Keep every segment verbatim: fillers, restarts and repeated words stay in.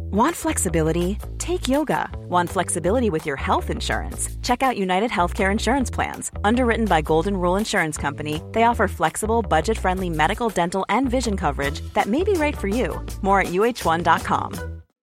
Want flexibility? Take yoga. Want flexibility with your health insurance? Check out United Healthcare Insurance Plans. Underwritten by Golden Rule Insurance Company, they offer flexible, budget-friendly medical, dental, and vision coverage that may be right for you. More at U H one dot com.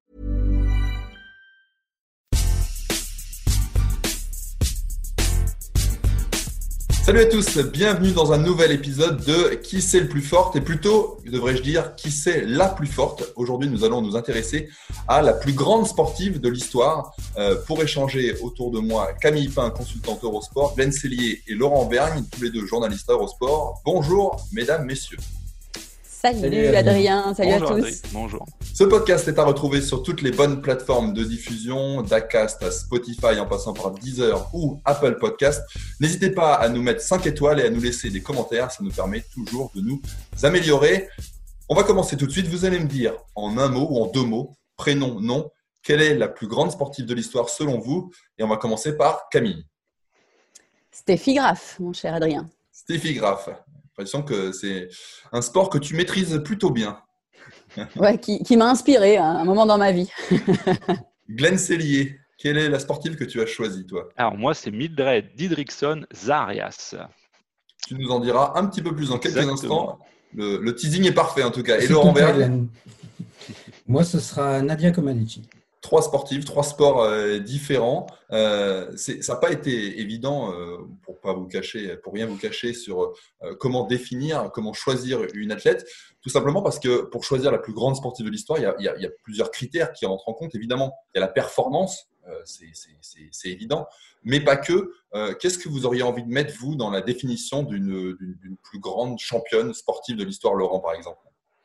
Salut à tous, bienvenue dans un nouvel épisode de Qui c'est le plus fort et plutôt, devrais-je dire, qui c'est la plus forte. Aujourd'hui, nous allons nous intéresser à la plus grande sportive de l'histoire. Euh, pour échanger autour de moi, Camille Pin, consultante Eurosport, Glenn Cellier et Laurent Vergne, tous les deux journalistes à Eurosport. Bonjour, mesdames, messieurs. Salut, Salut Adrien, salut Bonjour, à tous. Adrien. Bonjour. Ce podcast est à retrouver sur toutes les bonnes plateformes de diffusion, d'Acast à Spotify en passant par Deezer ou Apple Podcast. N'hésitez pas à nous mettre cinq étoiles et à nous laisser des commentaires, ça nous permet toujours de nous améliorer. On va commencer tout de suite, vous allez me dire en un mot ou en deux mots, prénom, nom, quelle est la plus grande sportive de l'histoire selon vous? Et on va commencer par Camille. Steffi Graf, mon cher Adrien. Steffi Graf. J'ai l'impression que c'est un sport que tu maîtrises plutôt bien. Ouais, qui, qui m'a inspiré à un moment dans ma vie. Glenn Cellier, quelle est la sportive que tu as choisie, toi? Alors moi, c'est Mildred Didrikson Zarias. Tu nous en diras un petit peu plus dans quelques Exactement. instants. Le, le teasing est parfait en tout cas. Et Laurent Vergne? Moi, ce sera Nadia Comaneci. Trois sportives, trois sports euh, différents. Euh, c'est, ça n'a pas été évident, euh, pour pas vous cacher, pour rien vous cacher, sur euh, comment définir, comment choisir une athlète. Tout simplement parce que pour choisir la plus grande sportive de l'histoire, il y a, il y a, il y a plusieurs critères qui rentrent en compte. Évidemment, il y a la performance, euh, c'est, c'est, c'est, c'est évident, mais pas que. Euh, qu'est-ce que vous auriez envie de mettre, vous, dans la définition d'une, d'une, d'une plus grande championne sportive de l'histoire, Laurent, par exemple?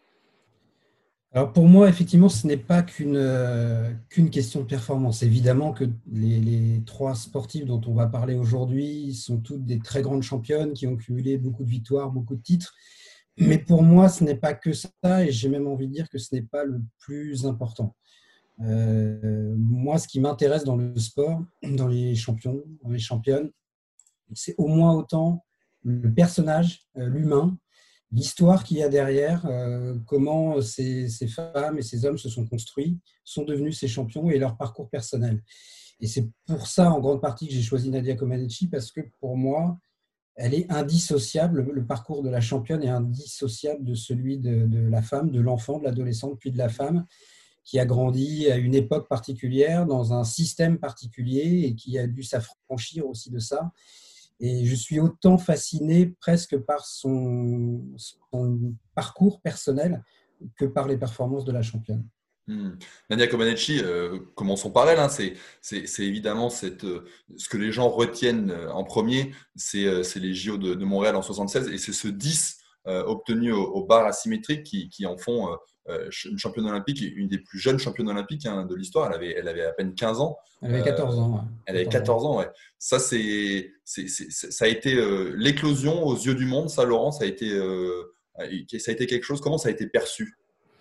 Alors pour moi, effectivement, ce n'est pas qu'une, euh, qu'une question de performance. Évidemment que les, les trois sportives dont on va parler aujourd'hui sont toutes des très grandes championnes qui ont cumulé beaucoup de victoires, beaucoup de titres. Mais pour moi, ce n'est pas que ça et j'ai même envie de dire que ce n'est pas le plus important. Euh, moi, ce qui m'intéresse dans le sport, dans les champions, dans les championnes, c'est au moins autant le personnage, euh, l'humain, l'histoire qu'il y a derrière, euh, comment ces, ces femmes et ces hommes se sont construits, sont devenus ces champions et leur parcours personnel. Et c'est pour ça, en grande partie, que j'ai choisi Nadia Comaneci, parce que pour moi, elle est indissociable, le parcours de la championne est indissociable de celui de, de la femme, de l'enfant, de l'adolescente, puis de la femme, qui a grandi à une époque particulière, dans un système particulier, et qui a dû s'affranchir aussi de ça. Et je suis autant fasciné presque par son, son parcours personnel que par les performances de la championne. Hmm. Nadia Comaneci, euh, commençons par elle. Hein, c'est, c'est, c'est évidemment cette, euh, ce que les gens retiennent euh, en premier, c'est, euh, c'est les J O de, de Montréal en soixante-seize et c'est ce dix euh, obtenu au, au bar asymétrique qui, qui en font euh, une championne olympique, une des plus jeunes championnes olympiques hein, de l'histoire. Elle avait, elle avait à peine quinze ans. Elle avait quatorze ans. Ouais. Elle avait quatorze ans, ouais. Ça, c'est, c'est, c'est, ça a été euh, l'éclosion aux yeux du monde, ça, Laurent, ça a été, euh, ça a été quelque chose. Comment ça a été perçu?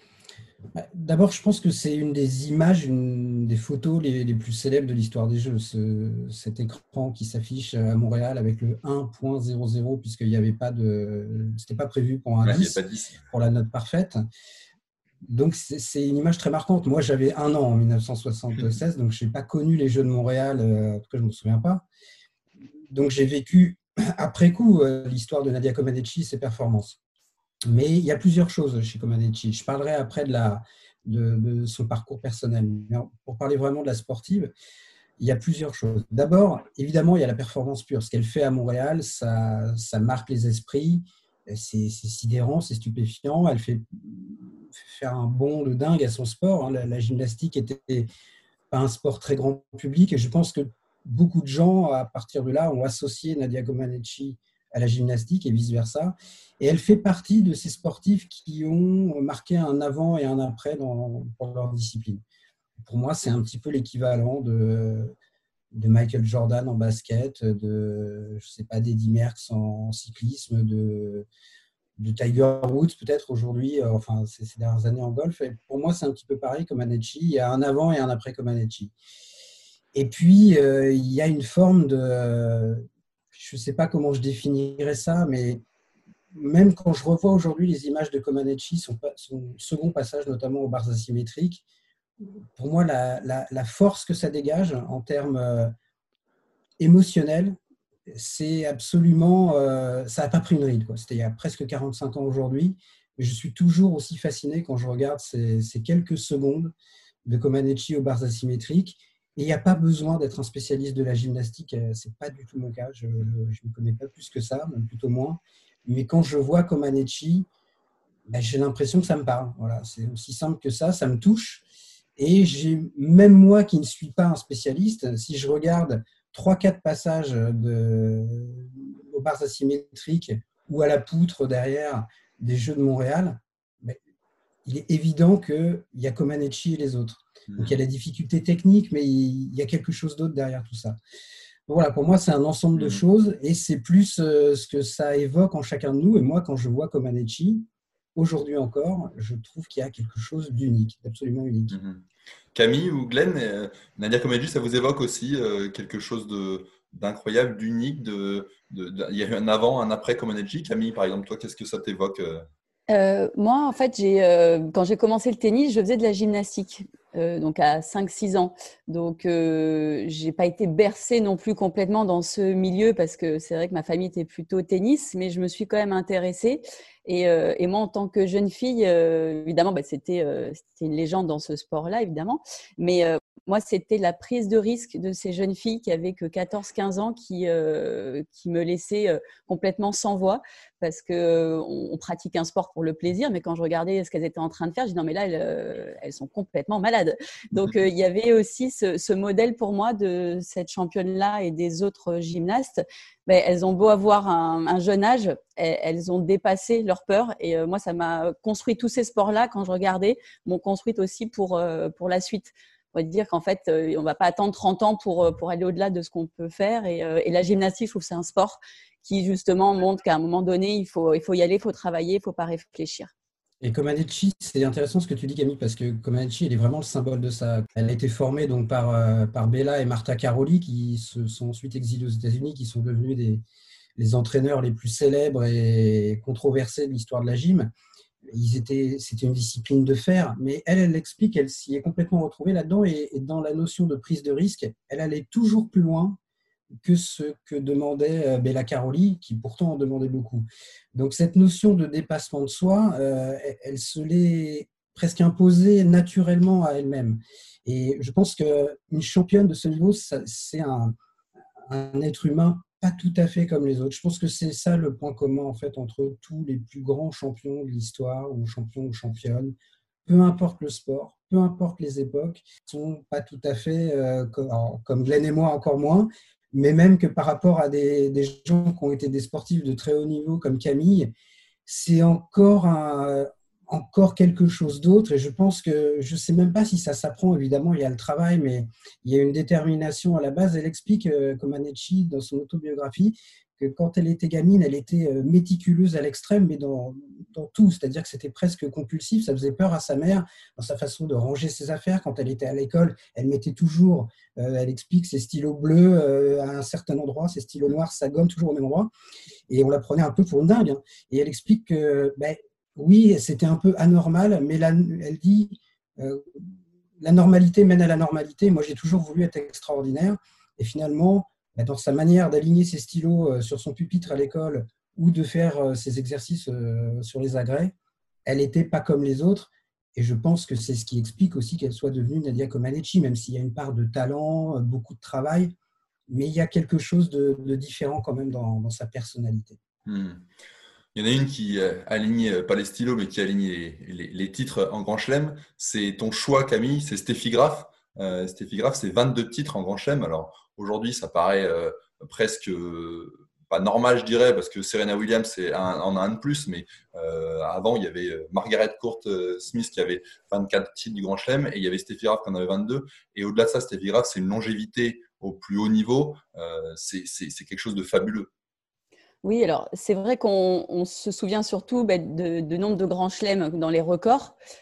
D'abord, je pense que c'est une des images, une des photos les, les plus célèbres de l'histoire des Jeux. Ce, cet écran qui s'affiche à Montréal avec le un point zéro zéro, puisqu'il n'y avait pas de, c'était pas prévu pour un ouais, dix, pas dix, pour la note parfaite. Donc, c'est, c'est une image très marquante. Moi, j'avais un an en dix-neuf cent soixante-seize, donc je n'ai pas connu les Jeux de Montréal, euh, en tout cas, je ne me souviens pas. Donc, j'ai vécu après coup euh, l'histoire de Nadia Comaneci et ses performances. Mais il y a plusieurs choses chez Comaneci. Je parlerai après de, la, de, de son parcours personnel. Mais pour parler vraiment de la sportive, il y a plusieurs choses. D'abord, évidemment, il y a la performance pure. Ce qu'elle fait à Montréal, ça, ça marque les esprits. C'est, c'est sidérant, c'est stupéfiant. Elle fait faire un bond de dingue à son sport. La, la gymnastique était pas un sport très grand public. Et je pense que beaucoup de gens, à partir de là, ont associé Nadia Comaneci à la gymnastique et vice-versa. Et elle fait partie de ces sportifs qui ont marqué un avant et un après dans, dans leur discipline. Pour moi, c'est un petit peu l'équivalent de, de Michael Jordan en basket, de, je sais pas, d'Eddy Merckx en cyclisme, de, de Tiger Woods peut-être aujourd'hui, enfin ces, ces dernières années en golf. Et pour moi, c'est un petit peu pareil comme Comaneci. Il y a un avant et un après Comaneci. Et puis, euh, il y a une forme de... Je ne sais pas comment je définirais ça, mais même quand je revois aujourd'hui les images de Comaneci, son, son second passage notamment aux barres asymétriques, pour moi, la, la, la force que ça dégage en termes euh, émotionnels, c'est absolument… Euh, ça n'a pas pris une ride, quoi. C'était il y a presque quarante-cinq ans aujourd'hui. Mais je suis toujours aussi fasciné quand je regarde ces, ces quelques secondes de Comaneci aux barres asymétriques. Et il n'y a pas besoin d'être un spécialiste de la gymnastique. Ce n'est pas du tout mon cas. Je ne connais pas plus que ça, même plutôt moins. Mais quand je vois Comaneci, ben, j'ai l'impression que ça me parle. Voilà, c'est aussi simple que ça, ça me touche. Et j'ai, même moi qui ne suis pas un spécialiste, si je regarde trois quatre passages de, aux barres asymétriques ou à la poutre derrière des Jeux de Montréal, ben, il est évident qu'il y a Comaneci et les autres. Donc il y a la difficulté technique, mais il y a quelque chose d'autre derrière tout ça. Donc, voilà, pour moi, c'est un ensemble de choses et c'est plus euh, ce que ça évoque en chacun de nous. Et moi, quand je vois Comaneci, aujourd'hui encore, je trouve qu'il y a quelque chose d'unique, d'absolument unique. Mm-hmm. Camille ou Glenn, euh, Nadia Comaneci, ça vous évoque aussi euh, quelque chose de, d'incroyable, d'unique de, de, de, il y a eu un avant, un après Comaneci. Camille, par exemple, toi, qu'est-ce que ça t'évoque euh... Euh, moi, en fait, j'ai, euh, quand j'ai commencé le tennis, je faisais de la gymnastique, euh, donc à cinq six ans. Donc, euh, je n'ai pas été bercée non plus complètement dans ce milieu parce que c'est vrai que ma famille était plutôt tennis, mais je me suis quand même intéressée. Et, euh, et moi, en tant que jeune fille, euh, évidemment, bah, c'était, euh, c'était une légende dans ce sport-là, évidemment. Mais euh, moi, c'était la prise de risque de ces jeunes filles qui avaient que quatorze quinze ans qui, euh, qui me laissaient euh, complètement sans voix parce qu'on euh, on pratique un sport pour le plaisir, mais quand je regardais ce qu'elles étaient en train de faire, je dis non, mais là, elles, euh, elles sont complètement malades. Donc, euh, il y avait aussi ce, ce modèle pour moi de cette championne-là et des autres gymnastes. Ben, elles ont beau avoir un, un jeune âge, elles, elles ont dépassé leur peur. Et euh, moi, ça m'a construit tous ces sports-là, quand je regardais, m'ont construite aussi pour, euh, pour la suite. On va dire qu'en fait, euh, on ne va pas attendre trente ans pour, pour aller au-delà de ce qu'on peut faire. Et, euh, et la gymnastique, je trouve que c'est un sport qui, justement, montre qu'à un moment donné, il faut, il faut y aller, il faut travailler, il ne faut pas réfléchir. Et Comaneci, c'est intéressant ce que tu dis, Camille, parce que Comaneci, elle est vraiment le symbole de ça. Elle a été formée donc par, euh, par Bella et Marta Caroli, qui se sont ensuite exilés aux États-Unis, qui sont devenus des, les entraîneurs les plus célèbres et controversés de l'histoire de la gym. Ils étaient, c'était une discipline de fer, mais elle, elle l'explique, elle s'y est complètement retrouvée là-dedans, et, et dans la notion de prise de risque, elle allait toujours plus loin que ce que demandait Bella Caroli, qui pourtant en demandait beaucoup. Donc cette notion de dépassement de soi, euh, elle se l'est presque imposée naturellement à elle-même. Et je pense qu'une championne de ce niveau, ça, c'est un, un être humain pas tout à fait comme les autres. Je pense que c'est ça le point commun en fait entre tous les plus grands champions de l'histoire, ou champions ou championnes. Peu importe le sport, peu importe les époques, ils ne sont pas tout à fait euh, comme, alors, comme Glenn et moi, encore moins, mais même que par rapport à des, des gens qui ont été des sportifs de très haut niveau comme Camille, c'est encore, un, encore quelque chose d'autre. Et je pense que, je ne sais même pas si ça s'apprend, évidemment, il y a le travail, mais il y a une détermination à la base. Elle explique, euh, Comaneci, dans son autobiographie, que quand elle était gamine, elle était méticuleuse à l'extrême, mais dans, dans tout. C'est-à-dire que c'était presque compulsif. Ça faisait peur à sa mère dans sa façon de ranger ses affaires. Quand elle était à l'école, elle mettait toujours, euh, elle explique, ses stylos bleus euh, à un certain endroit, ses stylos noirs, sa gomme toujours au même endroit. Et on la prenait un peu pour une dingue. Hein. Et elle explique que, ben, oui, c'était un peu anormal, mais là, elle dit, euh, la normalité mène à la normalité. Moi, j'ai toujours voulu être extraordinaire. Et finalement, dans sa manière d'aligner ses stylos sur son pupitre à l'école ou de faire ses exercices sur les agrès, elle n'était pas comme les autres. Et je pense que c'est ce qui explique aussi qu'elle soit devenue Nadia Comaneci, même s'il y a une part de talent, beaucoup de travail, mais il y a quelque chose de, de différent quand même dans, dans sa personnalité. Hmm. Il y en a une qui aligne, pas les stylos, mais qui aligne les, les, les titres en Grand Chelem. C'est ton choix, Camille, c'est Steffi Graf. Euh, Steffi Graf, c'est vingt-deux titres en Grand Chelem. Alors aujourd'hui, ça paraît euh, presque euh, pas normal, je dirais, parce que Serena Williams c'est un, en a un de plus, mais euh, avant, il y avait Margaret Court Smith qui avait vingt-quatre titres du Grand Chelem et il y avait Steffi Graf qui en avait vingt-deux. Et au-delà de ça, Steffi Graf, c'est une longévité au plus haut niveau. Euh, c'est, c'est, c'est quelque chose de fabuleux. Oui, alors c'est vrai qu'on on se souvient surtout bah, de, de nombre de grands chelems dans les records,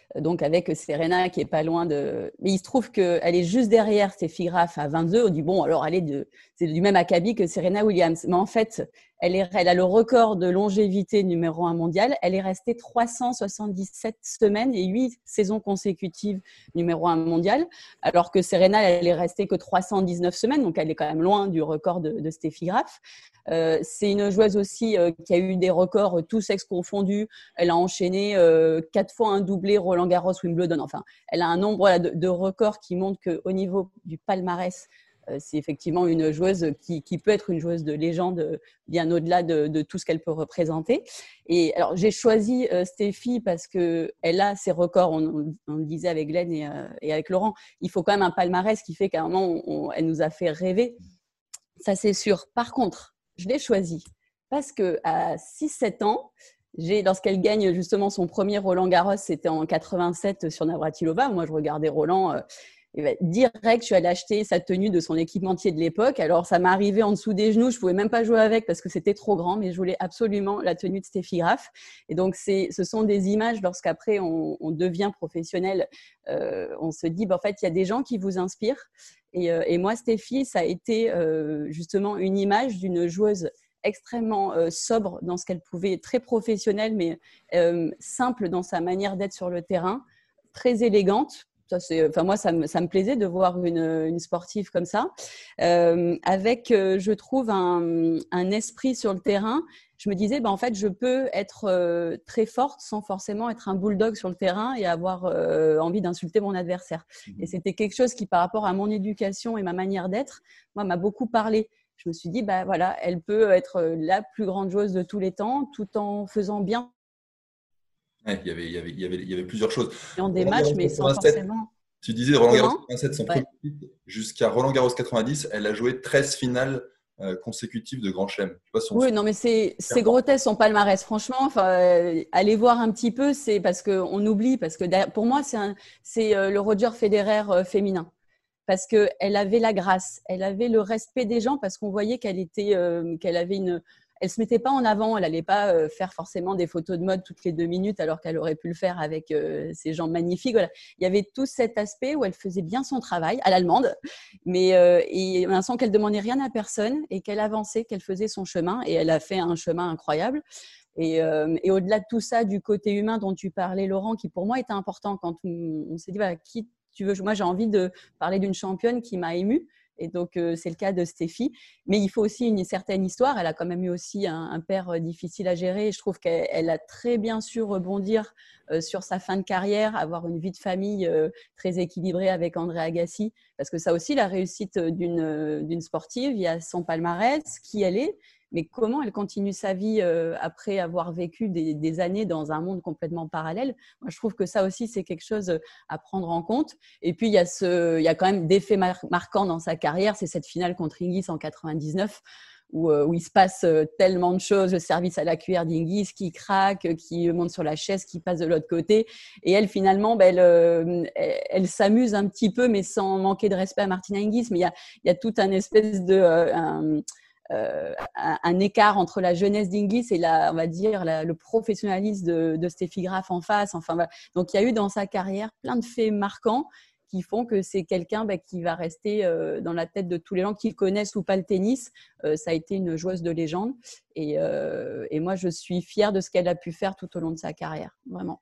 donc avec Serena qui est pas loin de… Mais il se trouve qu'elle est juste derrière Steffi Graf à vingt-deux. On dit, bon, alors elle est de… c'est du même acabit que Serena Williams. Mais en fait, elle, est… elle a le record de longévité numéro un mondial. Elle est restée trois cent soixante-dix-sept semaines et huit saisons consécutives numéro un mondial, alors que Serena, elle est restée que trois cent dix-neuf semaines, donc elle est quand même loin du record de, de Steffi Graf. Euh, c'est une joueuse aussi euh, qui a eu des records euh, tous sexes confondus. Elle a enchaîné euh, quatre fois un doublé Roland Garros, Wimbledon. Enfin, elle a un nombre voilà, de, de records qui montrent qu'au niveau du palmarès, euh, c'est effectivement une joueuse qui, qui peut être une joueuse de légende bien au-delà de, de tout ce qu'elle peut représenter. Et alors, j'ai choisi euh, Steffi parce qu'elle a ses records, on, on le disait avec Glenn et, euh, et avec Laurent. Il faut quand même un palmarès qui fait qu'à un moment, on, on, elle nous a fait rêver. Ça, c'est sûr. Par contre, je l'ai choisie parce qu'à six sept ans, j'ai, lorsqu'elle gagne justement son premier Roland Garros, c'était en quatre-vingt-sept sur Navratilova. Moi, je regardais Roland. Euh, et ben, direct, je suis allée acheter sa tenue de son équipementier de l'époque. Alors, ça m'est arrivé en dessous des genoux. Je ne pouvais même pas jouer avec parce que c'était trop grand, mais je voulais absolument la tenue de Steffi Graf. Et donc, c'est, ce sont des images, lorsqu'après, on, on devient professionnel, euh, on se dit, ben, en fait, il y a des gens qui vous inspirent. Et, euh, et moi, Steffi, ça a été euh, justement une image d'une joueuse extrêmement euh, sobre dans ce qu'elle pouvait, très professionnelle, mais euh, simple dans sa manière d'être sur le terrain, très élégante. Ça, c'est, enfin, moi, ça me, ça me plaisait de voir une, une sportive comme ça, euh, avec, euh, je trouve, un, un esprit sur le terrain. Je me disais, ben, en fait, je peux être euh, très forte sans forcément être un bulldog sur le terrain et avoir euh, envie d'insulter mon adversaire. Et c'était quelque chose qui, par rapport à mon éducation et ma manière d'être, moi, m'a beaucoup parlé. Je me suis dit, bah, voilà, elle peut être la plus grande joueuse de tous les temps, tout en faisant bien. Ouais, il, y avait, il, y avait, il, y avait, il y avait plusieurs choses. Dans des matchs, mais sans forcément… Tu disais Roland Garros Comment quatre-vingt-sept, son ouais. premier titre, jusqu'à Roland Garros quatre-vingt-dix, elle a joué treize finales euh, consécutives de Grand Chelem. Si oui, non, mais c'est, c'est grotesque son palmarès, franchement. Enfin, euh, allez voir un petit peu, c'est parce qu'on oublie, parce que pour moi, c'est, un, c'est euh, le Roger Federer euh, féminin. Parce qu'elle avait la grâce, elle avait le respect des gens, parce qu'on voyait qu'elle était, euh, qu'elle avait une… Elle ne se mettait pas en avant, elle n'allait pas euh, faire forcément des photos de mode toutes les deux minutes alors qu'elle aurait pu le faire avec euh, ses jambes magnifiques. Voilà. Il y avait tout cet aspect où elle faisait bien son travail, à l'allemande, mais euh, et on sent qu'elle ne demandait rien à personne et qu'elle avançait, qu'elle faisait son chemin, et elle a fait un chemin incroyable. Et, euh, et au-delà de tout ça, du côté humain dont tu parlais, Laurent, qui pour moi était important quand on, on s'est dit, bah, qui tu veux, moi j'ai envie de parler d'une championne qui m'a émue. Et donc, euh, c'est le cas de Steffi. Mais il faut aussi une certaine histoire. Elle a quand même eu aussi un, un père difficile à gérer. Et je trouve qu'elle elle a très bien su rebondir euh, sur sa fin de carrière, avoir une vie de famille euh, très équilibrée avec André Agassi. Parce que ça aussi, la réussite d'une, d'une sportive, il y a son palmarès, qui elle est, mais comment elle continue sa vie euh, après avoir vécu des, des années dans un monde complètement parallèle. Moi, je trouve que ça aussi, c'est quelque chose à prendre en compte. Et puis, il y a, ce, il y a quand même des faits mar- marquants dans sa carrière. C'est cette finale contre Hingis en quatre-vingt-dix-neuf où, où il se passe tellement de choses. Le service à la cuillère d'Hingis qui craque, qui monte sur la chaise, qui passe de l'autre côté. Et elle, finalement, ben, elle, elle, elle s'amuse un petit peu, mais sans manquer de respect à Martina Hingis. Mais il y a, il y a tout un espèce de… Euh, un, Euh, un, un écart entre la jeunesse d'Hingis et la, on va dire la, le professionnalisme de, de Steffi Graf en face. Enfin, voilà. Donc, il y a eu dans sa carrière plein de faits marquants qui font que c'est quelqu'un bah, qui va rester euh, dans la tête de tous les gens qui connaissent ou pas le tennis. Euh, ça a été une joueuse de légende. Et, euh, et moi, je suis fière de ce qu'elle a pu faire tout au long de sa carrière, vraiment.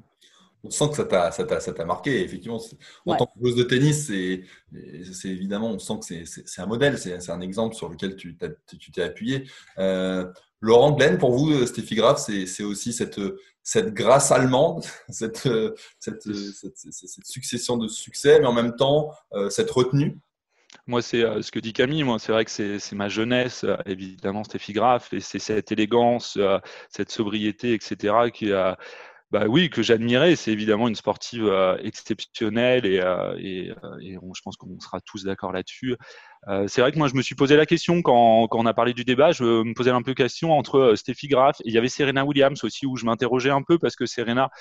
On sent que ça t'a, ça t'a, ça t'a marqué. Effectivement, en ouais. tant que joueuse de tennis, c'est, c'est évidemment, on sent que c'est, c'est, c'est un modèle, c'est, c'est un exemple sur lequel tu, tu t'es appuyé. Euh, Laurent, Glenn, pour vous, Steffi Graf, c'est, c'est aussi cette, cette grâce allemande, cette, cette, cette, cette, cette succession de succès, mais en même temps, euh, cette retenue. Moi, c'est euh, ce que dit Camille. Moi, c'est vrai que c'est, c'est ma jeunesse, euh, évidemment, Steffi Graf, et c'est cette élégance, euh, cette sobriété, et cetera, qui a. Bah oui, que j'admirais. C'est évidemment une sportive euh, exceptionnelle et, euh, et, euh, et on, je pense qu'on sera tous d'accord là-dessus. Euh, c'est vrai que moi, je me suis posé la question quand, quand on a parlé du débat. Je me posais un peu la question entre euh, Steffi Graf et il y avait Serena Williams aussi où je m'interrogeais un peu parce que Serena,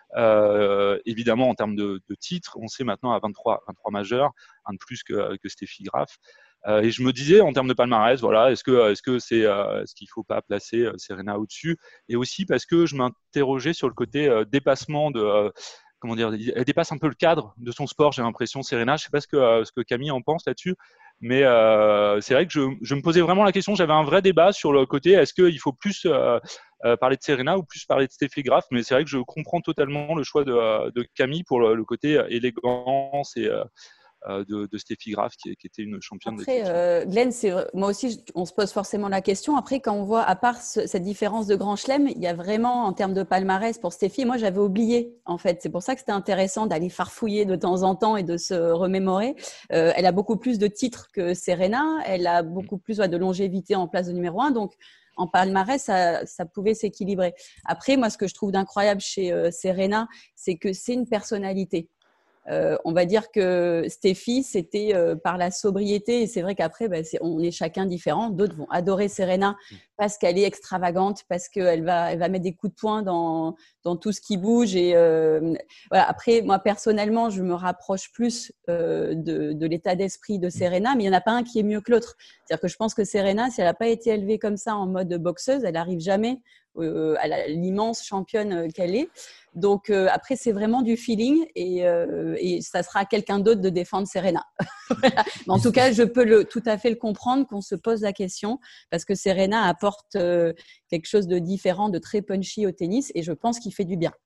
euh, évidemment, en termes de, de titres, on sait maintenant à vingt-trois, vingt-trois majeurs, un de plus que, que Steffi Graf. Euh, et je me disais, en termes de palmarès, voilà, est-ce que, est-ce que c'est, euh, est-ce qu'il faut pas placer euh, Serena au-dessus ? Et aussi parce que je m'interrogeais sur le côté euh, dépassement de, euh, comment dire, elle dépasse un peu le cadre de son sport, j'ai l'impression, Serena. Je sais pas ce que, euh, ce que Camille en pense là-dessus, mais euh, c'est vrai que je, je me posais vraiment la question. J'avais un vrai débat sur le côté, est-ce qu'il faut plus euh, euh, parler de Serena ou plus parler de Steffi Graf, mais c'est vrai que je comprends totalement le choix de, de Camille pour le, le côté élégance et euh, de, de Steffi Graf qui, qui était une championne. Après, euh, Glenn, c'est, moi aussi, on se pose forcément la question. Après, quand on voit, à part ce, cette différence de Grand Chelem, il y a vraiment, en termes de palmarès pour Steffi, moi, j'avais oublié, en fait. C'est pour ça que c'était intéressant d'aller farfouiller de temps en temps et de se remémorer. Euh, elle a beaucoup plus de titres que Serena. Elle a beaucoup plus ouais, de longévité en place de numéro un. Donc, en palmarès, ça, ça pouvait s'équilibrer. Après, moi, ce que je trouve d'incroyable chez euh, Serena, c'est que c'est une personnalité. Euh, on va dire que Steffi, c'était euh, par la sobriété. Et c'est vrai qu'après, bah, c'est, on est chacun différent. D'autres vont adorer Serena parce qu'elle est extravagante, parce qu'elle va, elle va mettre des coups de poing dans, dans tout ce qui bouge. Et euh, voilà. Après, moi, personnellement, je me rapproche plus euh, de, de l'état d'esprit de Serena, mais il n'y en a pas un qui est mieux que l'autre. C'est-à-dire que je pense que Serena, si elle n'a pas été élevée comme ça en mode boxeuse, elle n'arrive jamais euh, à la, l'immense championne qu'elle est. Donc, euh, après, c'est vraiment du feeling et, euh, et ça sera à quelqu'un d'autre de défendre Serena. Voilà. Mais en tout cas, je peux le, tout à fait le comprendre qu'on se pose la question parce que Serena apporte euh, quelque chose de différent, de très punchy au tennis et je pense qu'il fait du bien.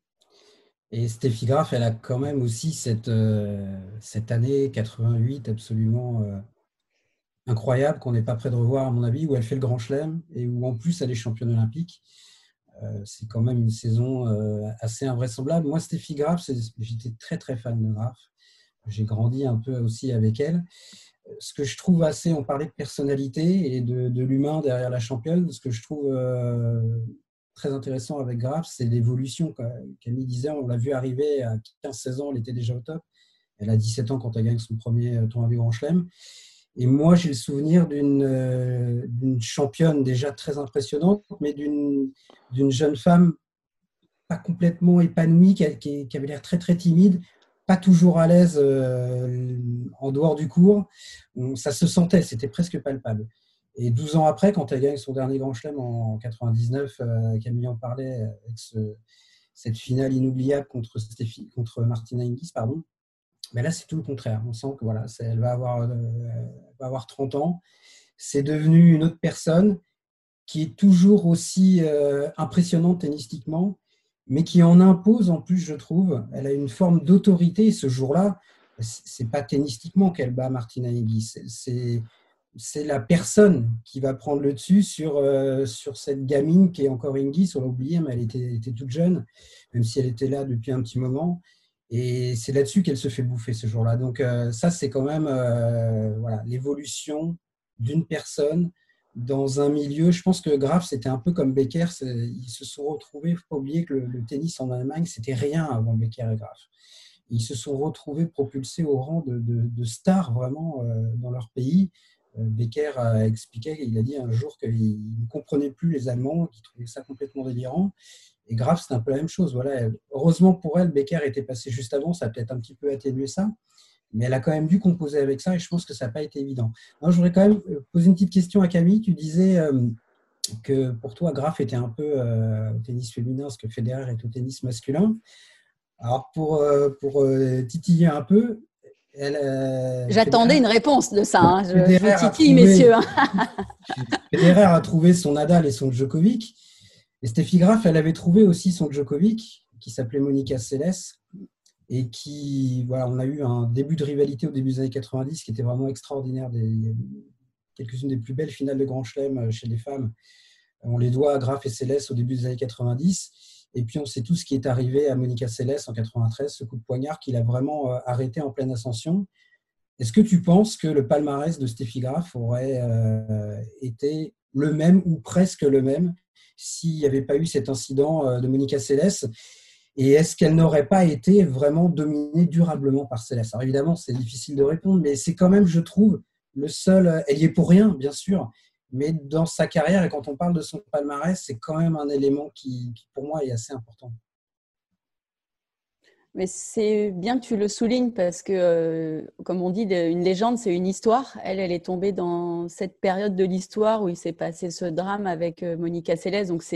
Et Steffi Graf, elle a quand même aussi cette, euh, cette année quatre-vingt-huit absolument euh, incroyable qu'on n'est pas prêt de revoir, à mon avis, où elle fait le Grand Chelem et où en plus elle est championne olympique. Euh, c'est quand même une saison euh, assez invraisemblable. Moi, Steffi Graf, c'est, j'étais très très fan de Graf. J'ai grandi un peu aussi avec elle. Ce que je trouve assez, on parlait de personnalité et de, de l'humain derrière la championne, ce que je trouve euh, très intéressant avec Graf, c'est l'évolution. Camille disait, on l'a vu arriver à quinze seize ans, elle était déjà au top. Elle a dix-sept ans quand elle gagne son premier tournoi du Grand Chelem. Et moi, j'ai le souvenir d'une, euh, d'une championne déjà très impressionnante, mais d'une, d'une jeune femme pas complètement épanouie, qui, qui, qui avait l'air très très timide, pas toujours à l'aise euh, en dehors du court. Ça se sentait, c'était presque palpable. Et douze ans après, quand elle gagne son dernier Grand Chelem en quatre-vingt-dix-neuf, euh, Camille en parlait avec ce, cette finale inoubliable contre, Steffi, contre Martina Hingis, pardon. Mais là, c'est tout le contraire. On sent que voilà, c'est, elle, va avoir, euh, elle va avoir trente ans. C'est devenu une autre personne qui est toujours aussi euh, impressionnante tennistiquement, mais qui en impose en plus, je trouve. Elle a une forme d'autorité. Et ce jour-là, c'est pas tennistiquement qu'elle bat Martina Hingis. C'est, c'est, c'est la personne qui va prendre le dessus sur, euh, sur cette gamine qui est encore Hingis. On l'a oublié, mais elle était, était toute jeune, même si elle était là depuis un petit moment. Et c'est là-dessus qu'elle se fait bouffer ce jour-là. Donc euh, ça, c'est quand même euh, voilà, l'évolution d'une personne dans un milieu. Je pense que Graf, c'était un peu comme Becker. Ils se sont retrouvés, il ne faut pas oublier que le, le tennis en Allemagne, c'était rien avant Becker et Graf. Ils se sont retrouvés propulsés au rang de, de, de stars vraiment euh, dans leur pays. Euh, Becker a expliqué, il a dit un jour qu'il ne comprenait plus les Allemands, qu'il trouvait ça complètement délirant. Et Graf, c'est un peu la même chose. Voilà. Heureusement pour elle, Becker était passé juste avant, ça a peut-être un petit peu atténué ça, mais elle a quand même dû composer avec ça et je pense que ça n'a pas été évident. Alors, je voudrais quand même poser une petite question à Camille. Tu disais euh, que pour toi, Graf était un peu euh, au tennis féminin ce que Federer est au tennis masculin. Alors, pour, euh, pour euh, titiller un peu, elle, euh, J'attendais Federer, une réponse de ça. Hein. Je, je vous titille, trouvé, messieurs. Federer a trouvé son Nadal et son Djokovic. Et Steffi Graf, elle avait trouvé aussi son Djokovic, qui s'appelait Monica Seles, et qui, voilà, on a eu un début de rivalité au début des années quatre-vingt-dix qui était vraiment extraordinaire. Des, quelques-unes des plus belles finales de Grand Chelem chez les femmes. On les doit à Graf et Seles au début des années quatre-vingt-dix. Et puis, on sait tout ce qui est arrivé à Monica Seles en quatre-vingt-treize, ce coup de poignard qui l'a vraiment arrêté en pleine ascension. Est-ce que tu penses que le palmarès de Steffi Graf aurait euh, été le même ou presque le même s'il n'y avait pas eu cet incident de Monica Seles? Et est-ce qu'elle n'aurait pas été vraiment dominée durablement par Seles? Alors évidemment, c'est difficile de répondre, mais c'est quand même, je trouve, le seul… Elle y est pour rien, bien sûr, mais dans sa carrière, et quand on parle de son palmarès, c'est quand même un élément qui, qui pour moi, est assez important. Mais c'est bien que tu le soulignes parce que, euh, comme on dit, une légende, c'est une histoire. Elle, elle est tombée dans cette période de l'histoire où il s'est passé ce drame avec Monica Seles. Donc, c'est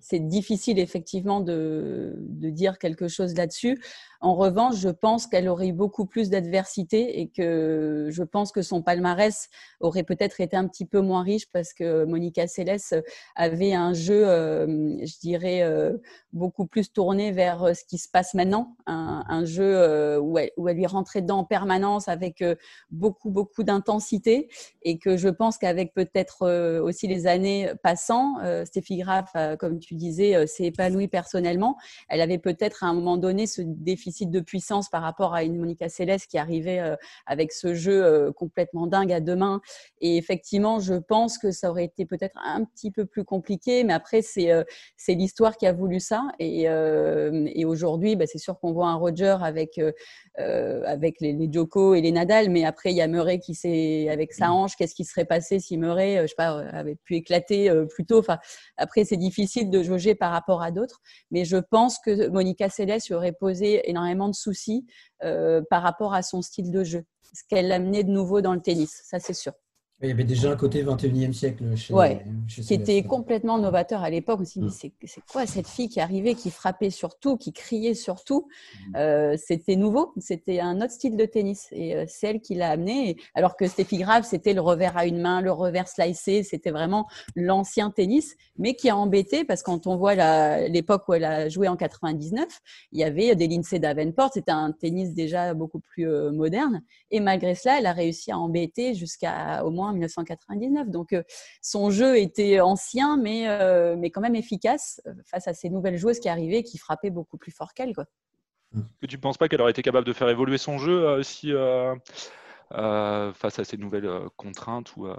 c'est difficile effectivement de, de dire quelque chose là-dessus. En revanche, je pense qu'elle aurait eu beaucoup plus d'adversité et que je pense que son palmarès aurait peut-être été un petit peu moins riche parce que Monica Seles avait un jeu, euh, je dirais, euh, beaucoup plus tourné vers ce qui se passe maintenant. Un, un jeu euh, où, elle, où elle lui rentrait dedans en permanence avec euh, beaucoup, beaucoup d'intensité et que je pense qu'avec peut-être euh, aussi les années passant, euh, Steffi Graf, euh, comme tu disais, euh, s'est épanouie personnellement. Elle avait peut-être à un moment donné ce déficit de puissance par rapport à une Monica Seles qui arrivait euh, avec ce jeu euh, complètement dingue à deux mains. Et effectivement, je pense que ça aurait été peut-être un petit peu plus compliqué, mais après, c'est, euh, c'est l'histoire qui a voulu ça. Et, euh, et aujourd'hui, bah, c'est sûr qu'on voit un Roger avec, euh, avec les, les Djoko et les Nadal, mais après, il y a Murray qui s'est, avec sa hanche, qu'est-ce qui serait passé si Murray, euh, je sais pas, avait pu éclater euh, plus tôt. Enfin, après, c'est difficile de jauger par rapport à d'autres, mais je pense que Monica Seles lui aurait posé énormément de soucis euh, par rapport à son style de jeu, ce qu'elle amenait de nouveau dans le tennis, ça c'est sûr. Il y avait déjà un côté vingt et unième siècle chez, ouais, chez qui était Céleste. complètement novateur à l'époque. On s'est dit, Mmh. mais c'est, c'est quoi cette fille qui arrivait, qui frappait sur tout, qui criait sur tout. euh, C'était nouveau, c'était un autre style de tennis. Et euh, c'est elle qui l'a amené. Et, alors que Steffi Graf, c'était le revers à une main, le revers slicé, c'était vraiment l'ancien tennis, mais qui a embêté parce que quand on voit la, l'époque où elle a joué en quatre-vingt-dix-neuf, il y avait des Lindsay Davenport, c'était un tennis déjà beaucoup plus euh, moderne. Et malgré cela, elle a réussi à embêter jusqu'à au moins dix-neuf cent quatre-vingt-dix-neuf. Donc, euh, son jeu était ancien, mais, euh, mais quand même efficace face à ces nouvelles joueuses qui arrivaient, qui frappaient beaucoup plus fort qu'elle, quoi. Que tu ne penses pas qu'elle aurait été capable de faire évoluer son jeu euh, si, euh, euh, face à ces nouvelles euh, contraintes ou, euh...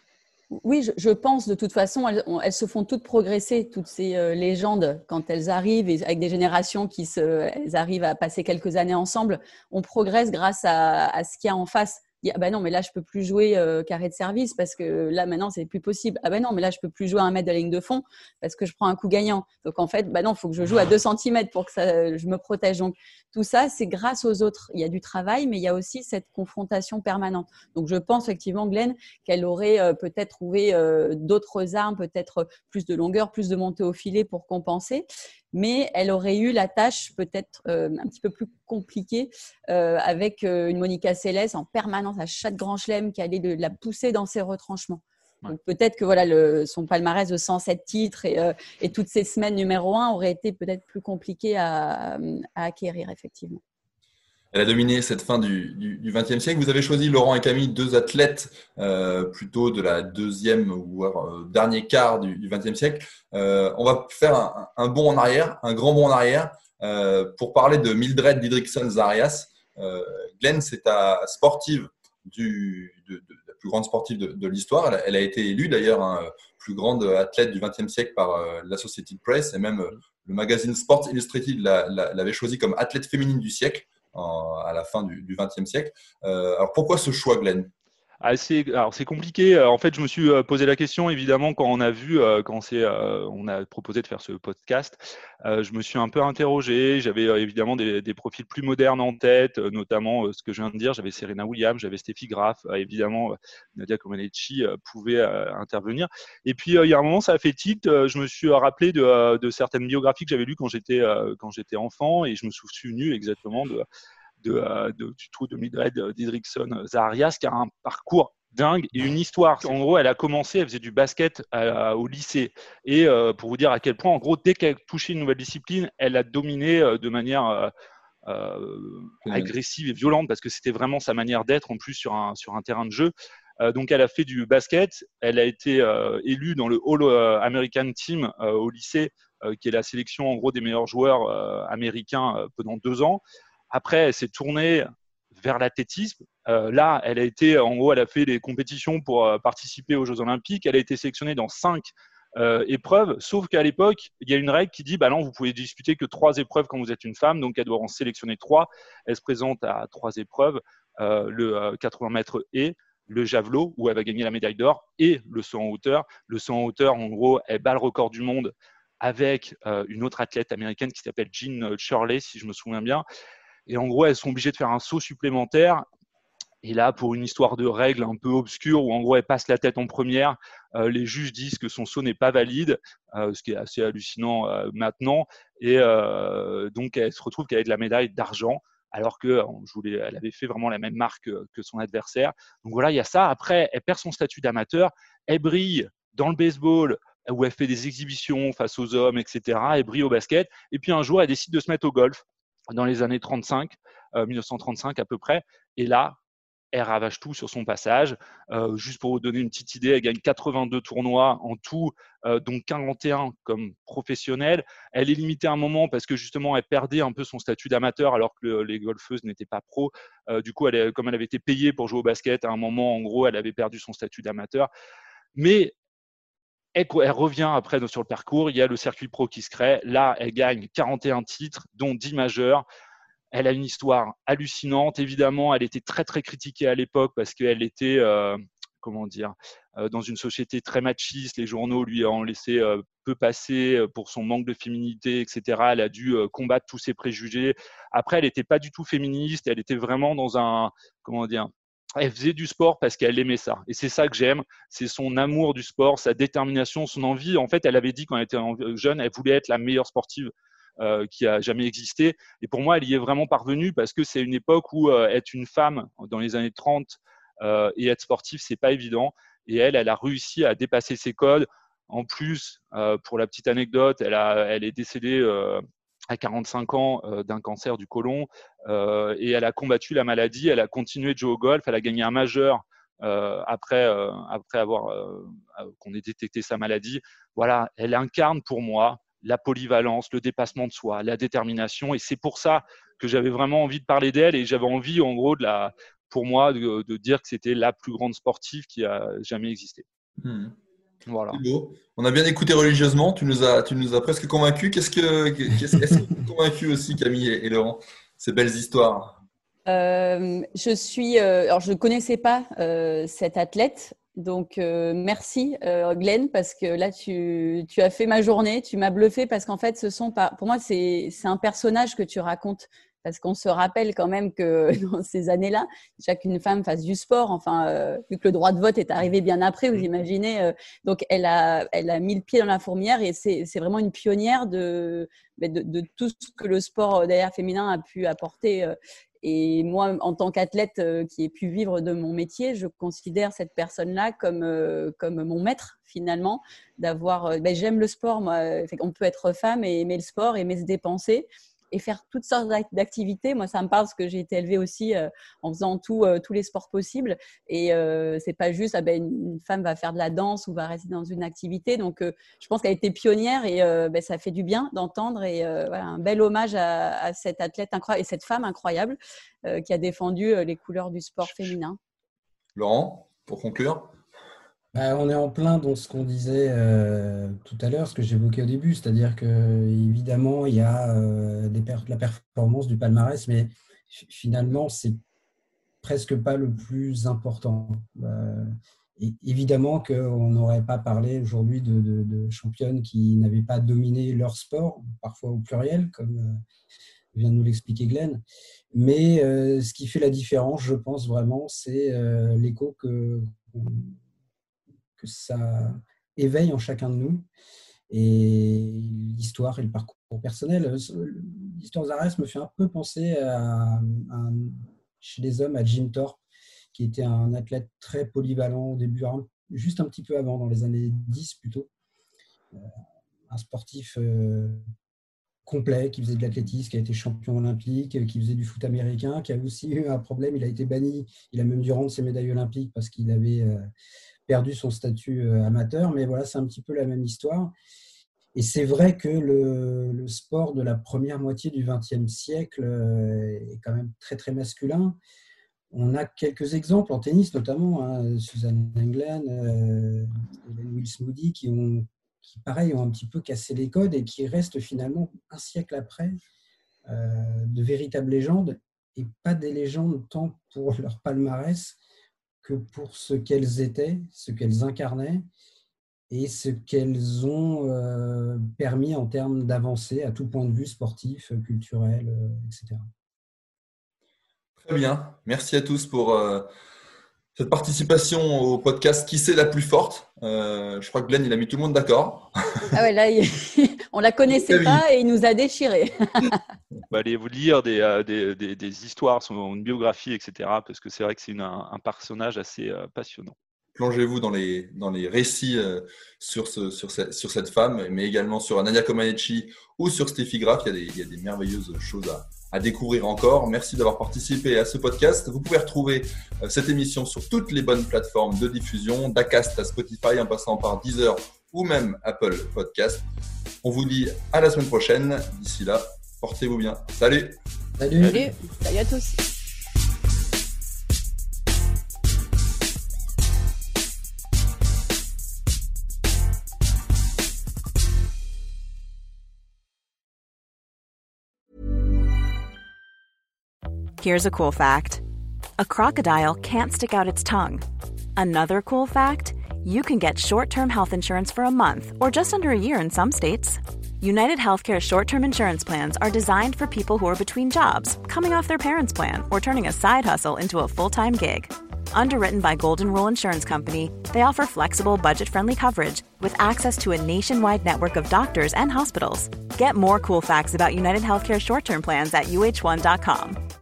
Oui, je, je pense de toute façon, elles, on, elles se font toutes progresser, toutes ces euh, légendes, quand elles arrivent, et avec des générations qui se, elles arrivent à passer quelques années ensemble, on progresse grâce à, à ce qu'il y a en face. Ah ben non, mais là, je peux plus jouer euh, carré de service parce que là, maintenant, c'est plus possible. Ah ben non, mais là, je peux plus jouer à un mètre de la ligne de fond parce que je prends un coup gagnant. Donc, en fait, ben non, il faut que je joue à deux centimètres pour que ça, je me protège. Donc, tout ça, c'est grâce aux autres. Il y a du travail, mais il y a aussi cette confrontation permanente. Donc, je pense effectivement, Glenn, qu'elle aurait euh, peut-être trouvé euh, d'autres armes, peut-être plus de longueur, plus de montée au filet pour compenser. Mais elle aurait eu la tâche peut-être euh, un petit peu plus compliquée euh, avec euh, une Monica Seles en permanence à chaque grand chelem qui allait de, la pousser dans ses retranchements. Ouais. Donc peut-être que voilà, le, son palmarès de cent sept titres et, euh, et toutes ces semaines numéro un auraient été peut-être plus compliquées à, à acquérir, effectivement. Elle a dominé cette fin du, du, du vingtième siècle. Vous avez choisi, Laurent et Camille, deux athlètes euh, plutôt de la deuxième ou euh, dernier quart du, du vingtième siècle. Euh, on va faire un, un bond en arrière, un grand bond en arrière, euh, pour parler de Mildred Didrikson-Zarias. Euh, Glenn, c'est ta sportive du, de, de, de la plus grande sportive de, de l'histoire. Elle a, elle a été élue d'ailleurs hein, plus grande athlète du vingtième siècle par euh, l'Associated Press et même euh, le magazine Sports Illustrated la, la, l'avait choisie comme athlète féminine du siècle. En, à la fin du vingtième siècle. Euh, alors pourquoi ce choix, Glenn ? Ah, c'est, alors c'est compliqué. En fait, je me suis posé la question, évidemment, quand on a vu, quand c'est, on a proposé de faire ce podcast. Je me suis un peu interrogé. J'avais évidemment des, des profils plus modernes en tête, notamment ce que je viens de dire. J'avais Serena Williams, j'avais Steffi Graf, évidemment, Nadia Comaneci pouvait intervenir. Et puis, il y a un moment, ça a fait tilt. Je me suis rappelé de, de certaines biographies que j'avais lues quand j'étais, quand j'étais enfant et je me suis souvenu exactement de De, de, du trou de Mildred Didrikson-Zarias qui a un parcours dingue et une histoire. En gros, elle a commencé, elle faisait du basket à, au lycée. Et euh, pour vous dire à quel point, en gros, dès qu'elle touchait une nouvelle discipline, elle a dominé euh, de manière euh, euh, agressive et violente parce que c'était vraiment sa manière d'être en plus sur un, sur un terrain de jeu. Euh, donc, elle a fait du basket. Elle a été euh, élue dans le All-American Team euh, au lycée, euh, qui est la sélection en gros des meilleurs joueurs euh, américains euh, pendant deux ans. Après, elle s'est tournée vers l'athlétisme. Euh, là, elle a été, en gros, elle a fait des compétitions pour euh, participer aux Jeux Olympiques. Elle a été sélectionnée dans cinq euh, épreuves, sauf qu'à l'époque, il y a une règle qui dit, bah non, vous pouvez disputer que trois épreuves quand vous êtes une femme, donc elle doit en sélectionner trois. Elle se présente à trois épreuves, euh, le euh, quatre-vingts mètres et le javelot, où elle va gagner la médaille d'or, et le saut en hauteur. Le saut en hauteur, en gros, elle bat le record du monde avec euh, une autre athlète américaine qui s'appelle Jean Shirley, si je me souviens bien. Et en gros, elles sont obligées de faire un saut supplémentaire. Et là, pour une histoire de règles un peu obscure, où en gros, elle passe la tête en première, euh, les juges disent que son saut n'est pas valide, euh, ce qui est assez hallucinant euh, maintenant. Et euh, donc, elle se retrouve qu'avec la médaille d'argent, alors qu'elle avait fait vraiment la même marque que, que son adversaire. Donc voilà, il y a ça. Après, elle perd son statut d'amateur, elle brille dans le baseball, où elle fait des exhibitions face aux hommes, et cetera. Elle brille au basket. Et puis un jour, elle décide de se mettre au golf dans les années trente-cinq, euh, mille neuf cent trente-cinq à peu près. Et là, elle ravage tout sur son passage. Euh, juste pour vous donner une petite idée, elle gagne quatre-vingt-deux tournois en tout, euh, dont quarante et un comme professionnelle. Elle est limitée à un moment parce que justement, elle perdait un peu son statut d'amateur alors que le, les golfeuses n'étaient pas pro. Euh, du coup, elle, comme elle avait été payée pour jouer au basket, à un moment, en gros, elle avait perdu son statut d'amateur. Mais elle, elle revient après sur le parcours. Il y a le circuit pro qui se crée. Là, elle gagne quarante et un titres, dont dix majeurs. Elle a une histoire hallucinante. Évidemment, elle était très, très critiquée à l'époque parce qu'elle était, euh, comment dire, euh, dans une société très machiste. Les journaux lui ont laissé euh, peu passer pour son manque de féminité, et cetera. Elle a dû euh, combattre tous ses préjugés. Après, elle n'était pas du tout féministe. Elle était vraiment dans un, comment dire, elle faisait du sport parce qu'elle aimait ça. Et c'est ça que j'aime. C'est son amour du sport, sa détermination, son envie. En fait, elle avait dit quand elle était jeune, elle voulait être la meilleure sportive Euh, qui a jamais existé. Et pour moi, elle y est vraiment parvenue parce que c'est une époque où euh, être une femme dans les années trente euh, et être sportive, c'est pas évident. Et elle, elle a réussi à dépasser ses codes. En plus, euh, pour la petite anecdote, elle, a, elle est décédée euh, à quarante-cinq ans euh, d'un cancer du côlon euh, et elle a combattu la maladie. Elle a continué de jouer au golf. Elle a gagné un majeur euh, après, euh, après avoir euh, qu'on ait détecté sa maladie. Voilà, elle incarne pour moi la polyvalence, le dépassement de soi, la détermination. Et c'est pour ça que j'avais vraiment envie de parler d'elle et j'avais envie, en gros, de la, pour moi, de, de dire que c'était la plus grande sportive qui a jamais existé. Mmh. Voilà. C'est beau. On a bien écouté religieusement. Tu nous as, tu nous as presque convaincus. Qu'est-ce que, qu'est-ce, est-ce que tu es convaincu aussi, Camille et, et Laurent, ces belles histoires? Euh, je suis, euh, alors je ne connaissais pas euh, cette athlète, donc euh, merci euh, Glenn parce que là tu, tu as fait ma journée, tu m'as bluffé parce qu'en fait ce sont pas, pour moi c'est, c'est un personnage que tu racontes parce qu'on se rappelle quand même que dans ces années-là, chacune femme fasse du sport. Enfin, euh, vu que le droit de vote est arrivé bien après, vous imaginez. Euh, donc elle a, elle a mis le pied dans la fourmilière et c'est, c'est vraiment une pionnière de, de, de tout ce que le sport d'ailleurs féminin a pu apporter. Euh, Et moi, en tant qu'athlète euh, qui ai pu vivre de mon métier, je considère cette personne-là comme, euh, comme mon maître, finalement, d'avoir… Euh, ben, j'aime le sport, moi. On peut être femme et aimer le sport, aimer se dépenser et faire toutes sortes d'activités. Moi, ça me parle parce que j'ai été élevée aussi euh, en faisant tout, euh, tous les sports possibles. Et euh, c'est pas juste, ah ben, une femme va faire de la danse ou va rester dans une activité. Donc, euh, je pense qu'elle a été pionnière et euh, ben, ça fait du bien d'entendre. Et euh, voilà, un bel hommage à, à cette athlète incroyable et cette femme incroyable euh, qui a défendu euh, les couleurs du sport féminin. Laurent, pour conclure. Bah, on est en plein dans ce qu'on disait euh, tout à l'heure, ce que j'évoquais au début, c'est-à-dire que évidemment il y a euh, des per- la performance du palmarès, mais f- finalement c'est presque pas le plus important. Euh, et évidemment qu'on n'aurait pas parlé aujourd'hui de, de, de championnes qui n'avaient pas dominé leur sport, parfois au pluriel, comme euh, vient de nous l'expliquer Glenn. Mais euh, ce qui fait la différence, je pense vraiment, c'est euh, l'écho que que ça éveille en chacun de nous et l'histoire et le parcours personnel. L'histoire d'Arès me fait un peu penser à, à, chez les hommes à Jim Thorpe, qui était un athlète très polyvalent au début, juste un petit peu avant, dans les années dix plutôt. Un sportif complet, qui faisait de l'athlétisme, qui a été champion olympique, qui faisait du foot américain, qui a aussi eu un problème, il a été banni, il a même dû rendre ses médailles olympiques parce qu'il avait perdu son statut amateur, mais voilà, c'est un petit peu la même histoire. Et c'est vrai que le, le sport de la première moitié du vingtième siècle est quand même très, très masculin. On a quelques exemples en tennis, notamment hein, Suzanne Lenglen, euh, Hélène Wills-Moody, qui, ont, qui, pareil, ont un petit peu cassé les codes et qui restent finalement, un siècle après, euh, de véritables légendes, et pas des légendes tant pour leur palmarès que pour ce qu'elles étaient, ce qu'elles incarnaient et ce qu'elles ont euh, permis en termes d'avancée à tout point de vue sportif, culturel, euh, et cetera. Très bien. Merci à tous pour euh, cette participation au podcast Qui c'est la plus forte. Euh, je crois que Glenn, il a mis tout le monde d'accord. Ah ouais, là, il... on la connaissait pas et il nous a déchirés. On va aller vous lire des, euh, des, des, des histoires, son une biographie, et cetera. Parce que c'est vrai que c'est une, un, un personnage assez euh, passionnant. Plongez-vous dans les, dans les récits euh, sur, ce, sur, ce, sur cette femme, mais également sur Nadia Comaneci ou sur Steffi Graf. Il y a des, il y a des merveilleuses choses à, à découvrir encore. Merci d'avoir participé à ce podcast. Vous pouvez retrouver euh, cette émission sur toutes les bonnes plateformes de diffusion, d'Acast à Spotify, en passant par Deezer ou même Apple Podcast. On vous dit à la semaine prochaine. D'ici là, portez-vous bien. Salut. Salut. Salut, salut à tous. Here's a cool fact. A crocodile can't stick out its tongue. Another cool fact, you can get short-term health insurance for a month or just under a year in some states. United Healthcare short-term insurance plans are designed for people who are between jobs, coming off their parents' plan, or turning a side hustle into a full-time gig. Underwritten by Golden Rule Insurance Company, they offer flexible, budget-friendly coverage with access to a nationwide network of doctors and hospitals. Get more cool facts about United Healthcare short-term plans at U H one dot com.